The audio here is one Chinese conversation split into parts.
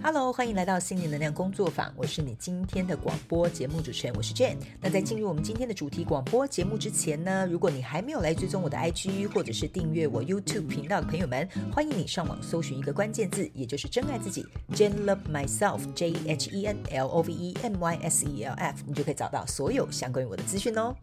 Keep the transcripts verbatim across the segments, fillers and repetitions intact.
Hello， 欢迎来到心灵能量工作坊，我是你今天的广播节目主持人，我是 Jane。那在进入我们今天的主题广播节目之前呢，如果你还没有来追踪我的 I G 或者是订阅我 YouTube 频道的朋友们，欢迎你上网搜寻一个关键字，也就是真爱自己 Jane Love Myself J H E N L O V E M Y S E L F， 你就可以找到所有相关于我的资讯哦。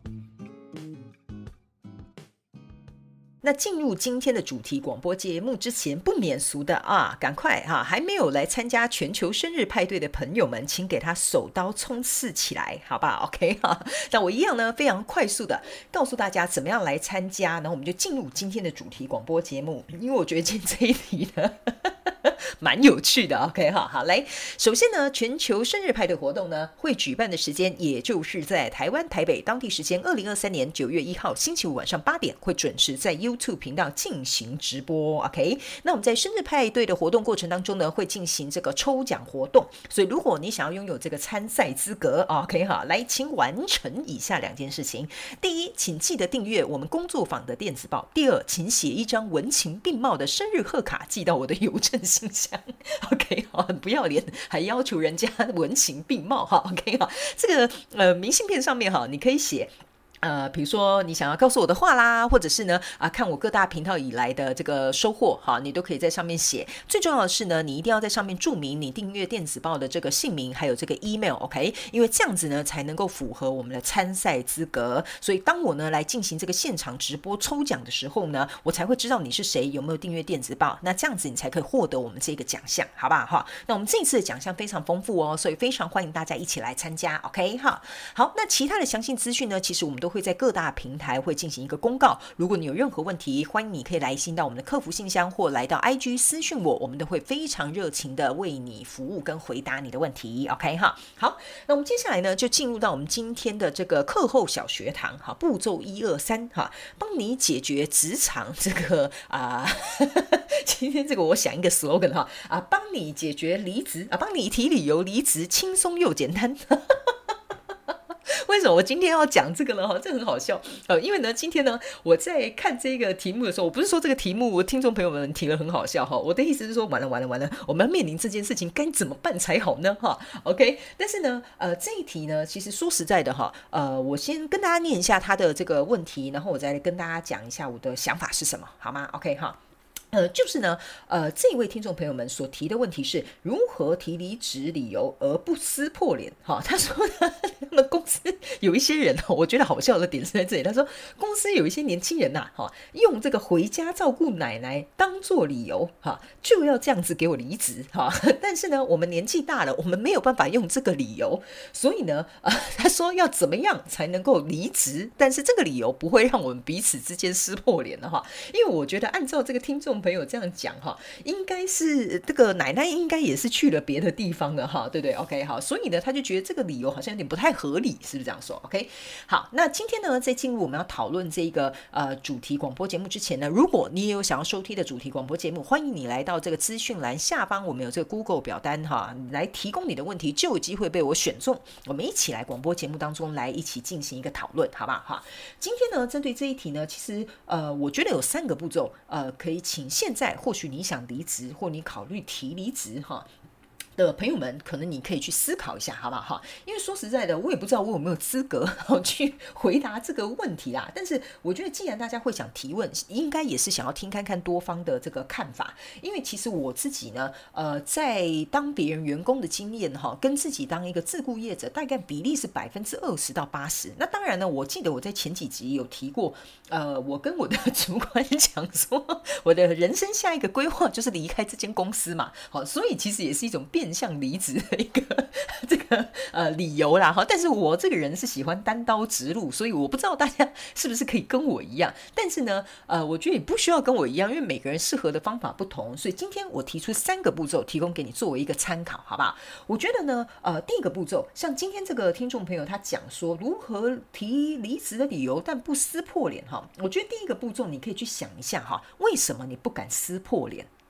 那进入今天的主题广播节目之前，不免俗的啊，赶快哈、啊，还没有来参加全球生日派对的朋友们，请给他手刀冲刺起来，好吧 ？OK 哈。那我一样呢，非常快速的告诉大家怎么样来参加，然后我们就进入今天的主题广播节目，因为我觉得今天这一题呢。蛮有趣的 OK 哈，好来，首先呢，全球生日派对活动呢会举办的时间，也就是在台湾台北当地时间二零二三年九月一号星期五晚上八点，会准时在 YouTube 频道进行直播 OK。那我们在生日派对的活动过程当中呢，会进行这个抽奖活动，所以如果你想要拥有这个参赛资格 OK 哈，来，请完成以下两件事情：第一，请记得订阅我们工作坊的电子报；第二，请写一张文情并茂的生日贺卡寄到我的邮政信箱。OK 好，很不要脸，还要求人家文情并茂哈。OK 好，这个呃明信片上面哈，你可以写。呃，比如说你想要告诉我的话啦，或者是呢啊，看我各大频道以来的这个收获，哈，你都可以在上面写。最重要的是呢，你一定要在上面注明你订阅电子报的这个姓名，还有这个 email，OK， 因为这样子呢才能够符合我们的参赛资格。所以当我呢来进行这个现场直播抽奖的时候呢，我才会知道你是谁，有没有订阅电子报。那这样子你才可以获得我们这个奖项，好不好哈？那我们这一次的奖项非常丰富哦，所以非常欢迎大家一起来参加 ，OK 哈。好，那其他的详细资讯呢，其实我们都会在各大平台会进行一个公告，如果你有任何问题，欢迎你可以来信到我们的客服信箱，或来到 I G 私讯我，我们都会非常热情的为你服务跟回答你的问题 OK 哈。好，那我们接下来呢就进入到我们今天的这个课后小学堂哈，步骤一二三哈，帮你解决职场这个啊，今天这个我想一个 slogan 哈啊，帮你解决离职啊，帮你提理由离职，轻松又简单。为什么我今天要讲这个呢？这很好笑，呃，因为呢，今天呢，我在看这个题目的时候，我不是说这个题目我听众朋友们提了很好笑哈，我的意思是说，完了完了完了，我们面临这件事情该怎么办才好呢？哈 ，OK， 但是呢，呃，这一题呢，其实说实在的哈，呃，我先跟大家念一下他的这个问题，然后我再跟大家讲一下我的想法是什么，好吗 ？OK 哈。呃，就是呢，呃，这一位听众朋友们所提的问题是如何提离职理由而不撕破脸？哈，他说呢，他们公司有一些人，我觉得好笑的点是在这里。他说，公司有一些年轻人呐、啊，哈，用这个回家照顾奶奶当做理由，哈，就要这样子给我离职，哈。但是呢，我们年纪大了，我们没有办法用这个理由，所以呢，呃，他说要怎么样才能够离职？但是这个理由不会让我们彼此之间撕破脸的哈，因为我觉得按照这个听众朋友这样讲哈，应该是这个奶奶应该也是去了别的地方的哈，对不对 ？OK 好，所以呢，他就觉得这个理由好像有点不太合理，是不是这样说 ？OK 好，那今天呢，在进入我们要讨论这个呃主题广播节目之前呢，如果你也有想要收听的主题广播节目，欢迎你来到这个资讯栏下方，我们有这个 Google 表单哈，来提供你的问题，就有机会被我选中，我们一起来广播节目当中来一起进行一个讨论，好不好哈？今天呢，针对这一题呢，其实呃，我觉得有三个步骤，呃，可以请现在或许你想离职，或你考虑提离职哈的朋友们，可能你可以去思考一下，好不好哈？因为说实在的，我也不知道我有没有资格去回答这个问题啦。但是我觉得，既然大家会想提问，应该也是想要听看看多方的这个看法。因为其实我自己呢，呃，在当别人员工的经验哈，跟自己当一个自雇业者，大概比例是百分之二十到八十。那当然呢，我记得我在前几集有提过，呃，我跟我的主管讲说，我的人生下一个规划就是离开这间公司嘛。好，所以其实也是一种变相离职的一个这个呃理由啦哈。但是我这个人是喜欢单刀直入，所以我不知道大家是不是可以跟我一样。但是呢，呃，我觉得也不需要跟我一样，因为每个人适合的方法不同。所以今天我提出三个步骤，提供给你作为一个参考，好不好？我觉得呢，呃，第一个步骤，像今天这个听众朋友他讲说如何提离职的理由，但不撕破脸哈。我觉得第一个步骤你可以去想一下哈，为什么你不敢撕破脸？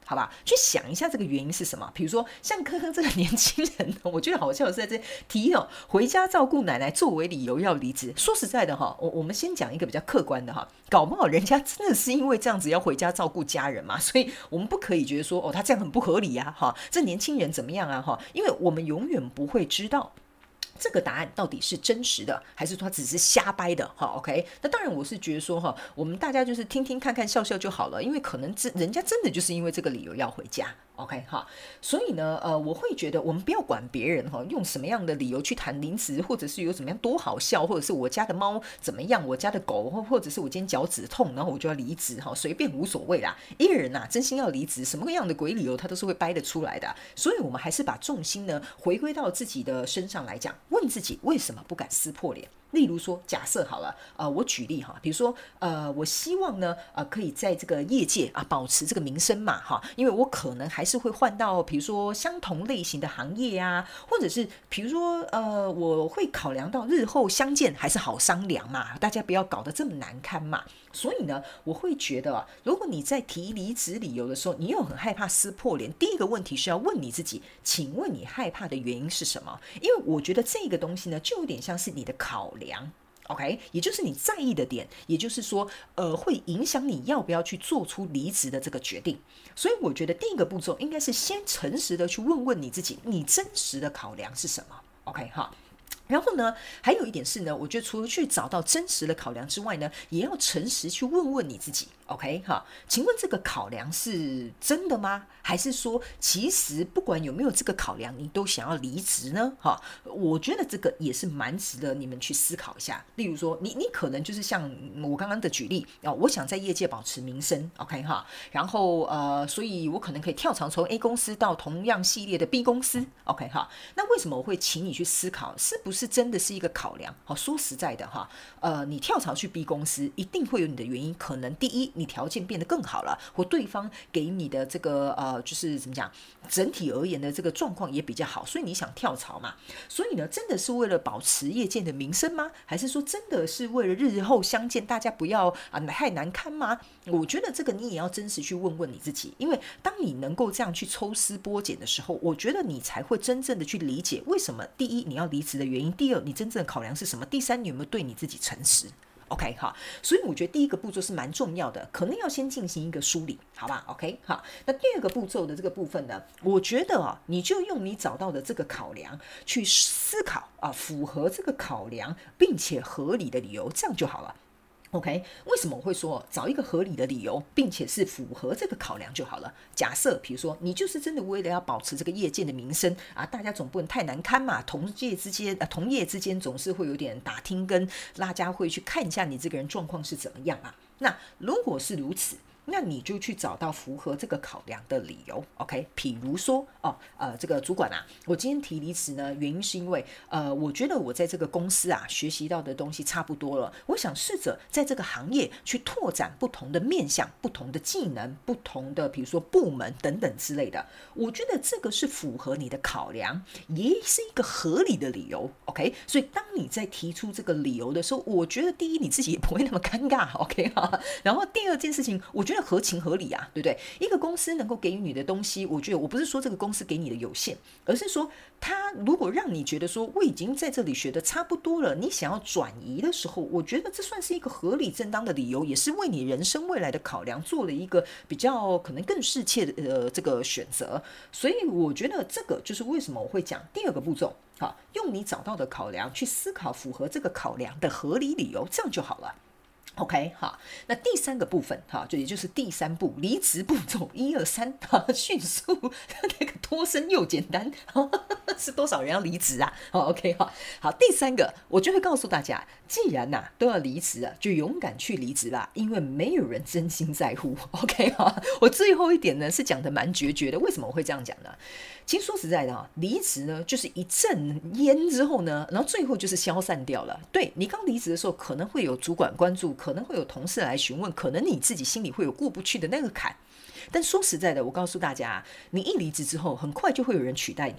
好吧？去想一下这个原因是什么。比如说像科科这个年轻人，我觉得好笑的是在这提哦，回家照顾奶奶作为理由要离职。说实在的哈，我我们先讲一个比较客观的哈，搞不好人家真的是因为这样子要回家照顾家人嘛，所以我们不可以觉得说哦，他这样很不合理啊哈，这年轻人怎么样啊哈，因为我们永远不会知道这个答案到底是真实的，还是说他只是瞎掰的？哈 ，OK？ 那当然，我是觉得说哈，我们大家就是听听看看，笑笑就好了，因为可能人家真的就是因为这个理由要回家。OK 哈，所以呢，呃，我会觉得我们不要管别人哈，用什么样的理由去谈离职，或者是有怎么样多好笑，或者是我家的猫怎么样，我家的狗，或者是我今天脚趾痛，然后我就要离职哈，随便无所谓啦。一个人呐、啊，真心要离职，什么样的鬼理由他都是会掰得出来的。所以我们还是把重心呢回归到自己的身上来讲，问自己为什么不敢撕破脸。例如说，假设好了，呃，我举例哈，比如说，呃，我希望呢，呃，可以在这个业界啊保持这个名声嘛，哈，因为我可能还是会换到，比如说相同类型的行业啊，或者是比如说，呃，我会考量到日后相见还是好商量嘛，大家不要搞得这么难堪嘛。所以呢，我会觉得啊，如果你在提离职理由的时候，你又很害怕撕破脸，第一个问题是要问你自己，请问你害怕的原因是什么？因为我觉得这个东西呢，就有点像是你的考量。OK， 也就是你在意的点，也就是说，呃，会影响你要不要去做出离职的这个决定。所以我觉得第一个步骤应该是先诚实的去问问你自己，你真实的考量是什么 ？OK 哈。然后呢，还有一点是呢，我觉得除了去找到真实的考量之外呢，也要诚实去问问你自己 ，OK 哈？请问这个考量是真的吗？还是说，其实不管有没有这个考量，你都想要离职呢？哈，我觉得这个也是蛮值得你们去思考一下。例如说，你你可能就是像我刚刚的举例啊、哦，我想在业界保持名声 ，OK 哈？然后呃，所以我可能可以跳槽从 A 公司到同样系列的 B 公司 ，OK 哈？那为什么我会请你去思考，是不是真的是一个考量？好，说实在的哈，呃，你跳槽去 B 公司，一定会有你的原因。可能第一，你条件变得更好了，或对方给你的这个呃，就是怎么讲，整体而言的这个状况也比较好，所以你想跳槽嘛？所以呢，真的是为了保持业界的名声吗？还是说真的是为了日后相见，大家不要啊太难堪吗？我觉得这个你也要真实去问问你自己，因为当你能够这样去抽丝剥茧的时候，我觉得你才会真正的去理解为什么第一你要离职的原因，第二你真正的考量是什么，第三你有没有对你自己诚实。OK 哈，所以我觉得第一个步骤是蛮重要的，可能要先进行一个梳理，好吧 ？OK 好，那第二个步骤的这个部分呢，我觉得啊，你就用你找到的这个考量去思考啊，符合这个考量并且合理的理由，这样就好了。OK， 为什么我会说找一个合理的理由，并且是符合这个考量就好了？假设比如说你就是真的为了要保持这个业界的名声啊，大家总不能太难堪嘛，同业之间、呃、同业之间总是会有点打听，跟大家会去看一下你这个人状况是怎么样啊。那如果是如此，那你就去找到符合这个考量的理由 ，OK？ 比如说，哦，呃，这个主管啊，我今天提离职呢，原因是因为，呃，我觉得我在这个公司啊，学习到的东西差不多了，我想试着在这个行业去拓展不同的面向、不同的技能、不同的，比如说部门等等之类的。我觉得这个是符合你的考量，也是一个合理的理由 ，OK？ 所以当你在提出这个理由的时候，我觉得第一你自己也不会那么尴尬 ，OK 哈。然后第二件事情，我觉得合情合理啊，对不对？一个公司能够给予你的东西，我觉得我不是说这个公司给你的有限，而是说它如果让你觉得说我已经在这里学的差不多了，你想要转移的时候，我觉得这算是一个合理正当的理由，也是为你人生未来的考量做了一个比较可能更适切的呃这个选择。所以我觉得这个就是为什么我会讲第二个步骤，好，用你找到的考量去思考符合这个考量的合理理由，这样就好了。OK 好，那第三个部分哈，就也就是第三步离职步骤一二三哈，迅速那个脱身又简单，是多少人要离职啊？好 OK 好，好第三个我就会告诉大家，既然呐、啊、都要离职了，就勇敢去离职啦，因为没有人真心在乎。OK 好，我最后一点呢是讲的蛮决绝的，为什么我会这样讲呢？其实说实在的哈，离职呢就是一阵烟之后呢，然后最后就是消散掉了。对，你刚离职的时候，可能会有主管关注，可能会有同事来询问，可能你自己心里会有过不去的那个坎。但说实在的，我告诉大家，你一离职之后，很快就会有人取代你了。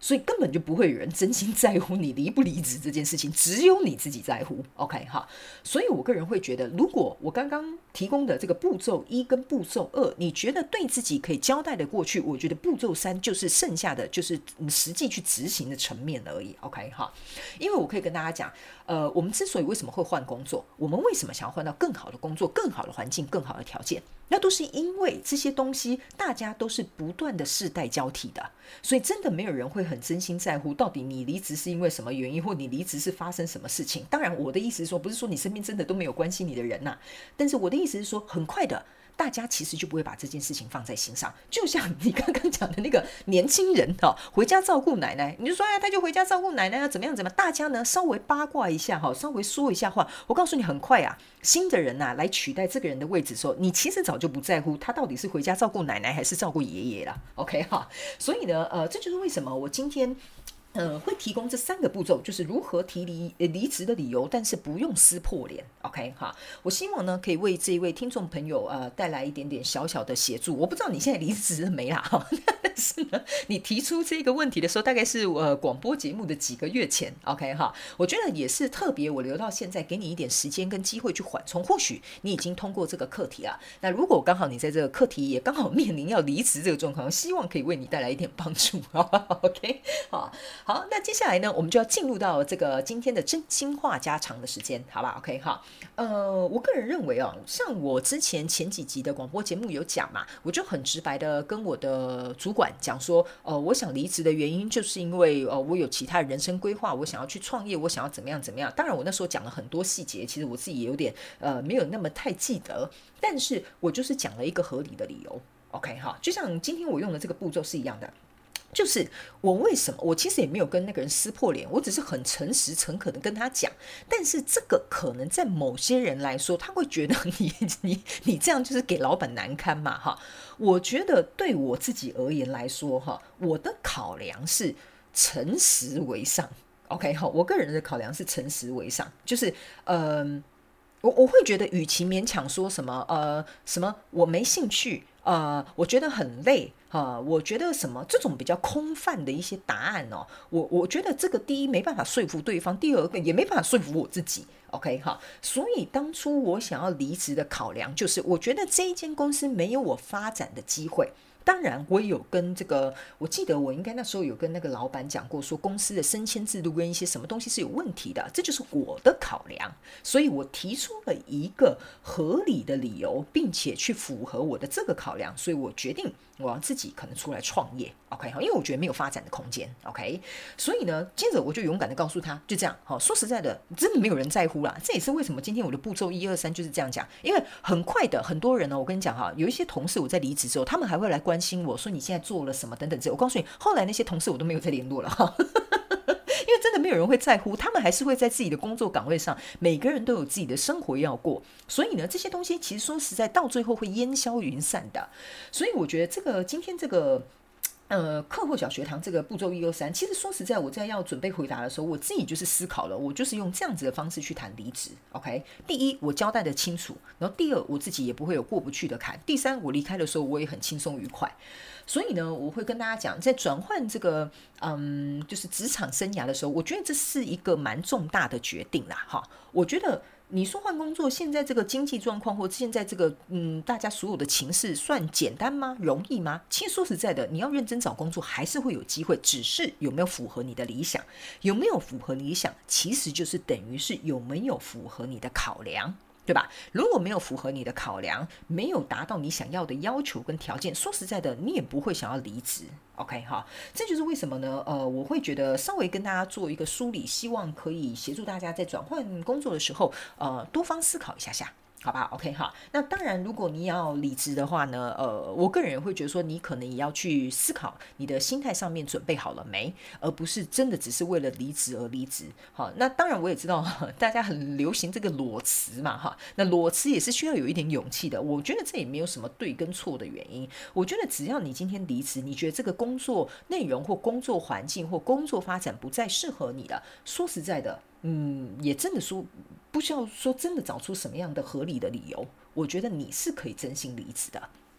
所以根本就不会有人真心在乎你离不离职这件事情，只有你自己在乎。 OK 哈，所以我个人会觉得，如果我刚刚提供的这个步骤一跟步骤二你觉得对自己可以交代的过去，我觉得步骤三就是剩下的就是实际去执行的层面而已。 OK 哈，因为我可以跟大家讲，呃，我们之所以为什么会换工作，我们为什么想要换到更好的工作、更好的环境、更好的条件，那都是因为这些东西大家都是不断的世代交替的，所以真的没有人会很真心在乎到底你离职是因为什么原因，或你离职是发生什么事情。当然我的意思是说，不是说你身边真的都没有关心你的人呐、啊，但是我的意思是说，很快的大家其实就不会把这件事情放在心上。就像你刚刚讲的那个年轻人、哦、回家照顾奶奶，你就说呀，他就回家照顾奶奶啊，怎么样怎么样，大家呢稍微八卦一下、哦、稍微说一下话，我告诉你很快啊，新的人啊来取代这个人的位置的时候，你其实早就不在乎他到底是回家照顾奶奶还是照顾爷爷了。 OK 哈，所以呢呃，这就是为什么我今天呃，会提供这三个步骤，就是如何提离离职的理由，但是不用撕破脸。 OK 哈，我希望呢可以为这一位听众朋友呃带来一点点小小的协助。我不知道你现在离职了没啦，但是呢，你提出这个问题的时候，大概是呃广播节目的几个月前。 OK 哈，我觉得也是特别，我留到现在给你一点时间跟机会去缓冲。或许你已经通过这个课题了，那如果刚好你在这个课题也刚好面临要离职这个状况，希望可以为你带来一点帮助。OK 好。好，那接下来呢，我们就要进入到这个今天的真心话家常的时间，好吧 ？OK 哈，呃，我个人认为哦，像我之前前几集的广播节目有讲嘛，我就很直白的跟我的主管讲说，呃，我想离职的原因就是因为呃，我有其他人生规划，我想要去创业，我想要怎么样怎么样。当然，我那时候讲了很多细节，其实我自己也有点呃没有那么太记得，但是我就是讲了一个合理的理由。OK 哈，就像今天我用的这个步骤是一样的。就是我为什么，我其实也没有跟那个人撕破脸，我只是很诚实诚恳的跟他讲。但是这个可能在某些人来说，他会觉得你你你这样就是给老板难堪嘛哈。我觉得对我自己而言来说哈，我的考量是诚实为上。OK 哈，我个人的考量是诚实为上，就是嗯、呃，我我会觉得，与其勉强说什么呃什么我没兴趣，呃，我觉得很累。呃，我觉得什么这种比较空泛的一些答案哦，我我觉得这个第一没办法说服对方，第二个也没办法说服我自己。OK 哈，所以当初我想要离职的考量就是，我觉得这一间公司没有我发展的机会。当然，我也有跟这个，我记得我应该那时候有跟那个老板讲过，说公司的升迁制度跟一些什么东西是有问题的，这就是我的考量。所以我提出了一个合理的理由，并且去符合我的这个考量，所以我决定我要自己可能出来创业。OK 因为我觉得没有发展的空间。OK，所以呢，接着我就勇敢的告诉他，就这样。好，说实在的，真的没有人在乎啦。这也是为什么今天我的步骤一二三就是这样讲，因为很快的，很多人呢，我跟你讲哈，有一些同事我在离职之后，他们还会来关心我说你现在做了什么等等之类。我告诉你，后来那些同事我都没有再联络了哈。因为真的没有人会在乎，他们还是会在自己的工作岗位上，每个人都有自己的生活要过，所以呢，这些东西其实说实在，到最后会烟消云散的。所以我觉得这个今天这个。呃，课后小学堂这个步骤一二三，其实说实在，我在要准备回答的时候，我自己就是思考了，我就是用这样子的方式去谈离职。OK，第一，我交代的清楚，然后第二，我自己也不会有过不去的坎，第三，我离开的时候我也很轻松愉快。所以呢，我会跟大家讲，在转换这个嗯，就是职场生涯的时候，我觉得这是一个蛮重大的决定啦。哈，我觉得。你说换工作，现在这个经济状况或现在这个嗯，大家所有的情势算简单吗？容易吗？其实说实在的，你要认真找工作还是会有机会，只是有没有符合你的理想，有没有符合理想，其实就是等于是有没有符合你的考量。对吧？如果没有符合你的考量，没有达到你想要的要求跟条件，说实在的，你也不会想要离职。OK 哈，这就是为什么呢？呃，我会觉得稍微跟大家做一个梳理，希望可以协助大家在转换工作的时候，呃，多方思考一下下。好吧 ，OK 哈。那当然，如果你要离职的话呢，呃，我个人也会觉得说，你可能也要去思考你的心态上面准备好了没，而不是真的只是为了离职而离职。好，那当然我也知道大家很流行这个裸辞嘛，哈，那裸辞也是需要有一点勇气的。我觉得这也没有什么对跟错的原因。我觉得只要你今天离职，你觉得这个工作内容或工作环境或工作发展不再适合你了，说实在的。嗯，也真的说不需要说真的找出什么样的合理的理由，我觉得你是可以真心离职的。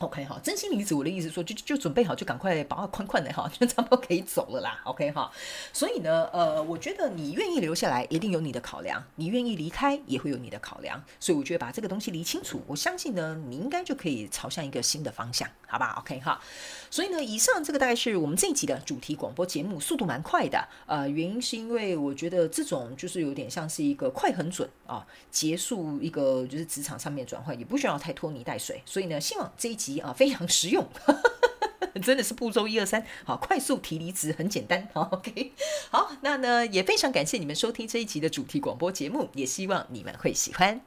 OK 哈，真心离职我的意思说就就准备好，就赶快把它宽宽的哈，就差不多可以走了啦。OK 哈，所以呢，呃，我觉得你愿意留下来，一定有你的考量；你愿意离开，也会有你的考量。所以我觉得把这个东西理清楚，我相信呢，你应该就可以朝向一个新的方向，好吧 ？OK 哈。所以呢，以上这个大概是我们这一集的主题广播节目，速度蛮快的。呃，原因是因为我觉得这种就是有点像是一个快很准啊，结束一个就是职场上面转换，也不需要太拖泥带水。所以呢，希望这一集啊非常实用。真的是步骤一二三，好，快速提离职很简单，好 ，OK， 好，那呢也非常感谢你们收听这一集的主题广播节目，也希望你们会喜欢。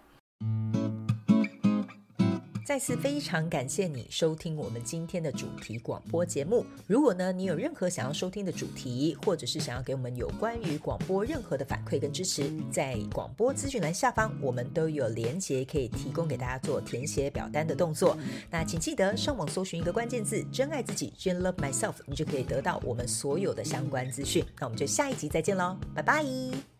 再次非常感谢你收听我们今天的主题广播节目。如果呢你有任何想要收听的主题，或者是想要给我们有关于广播任何的反馈跟支持，在广播资讯栏下方我们都有连结可以提供给大家做填写表单的动作。那请记得上网搜寻一个关键字真爱自己 Jen Love Myself， 你就可以得到我们所有的相关资讯。那我们就下一集再见咯，拜拜。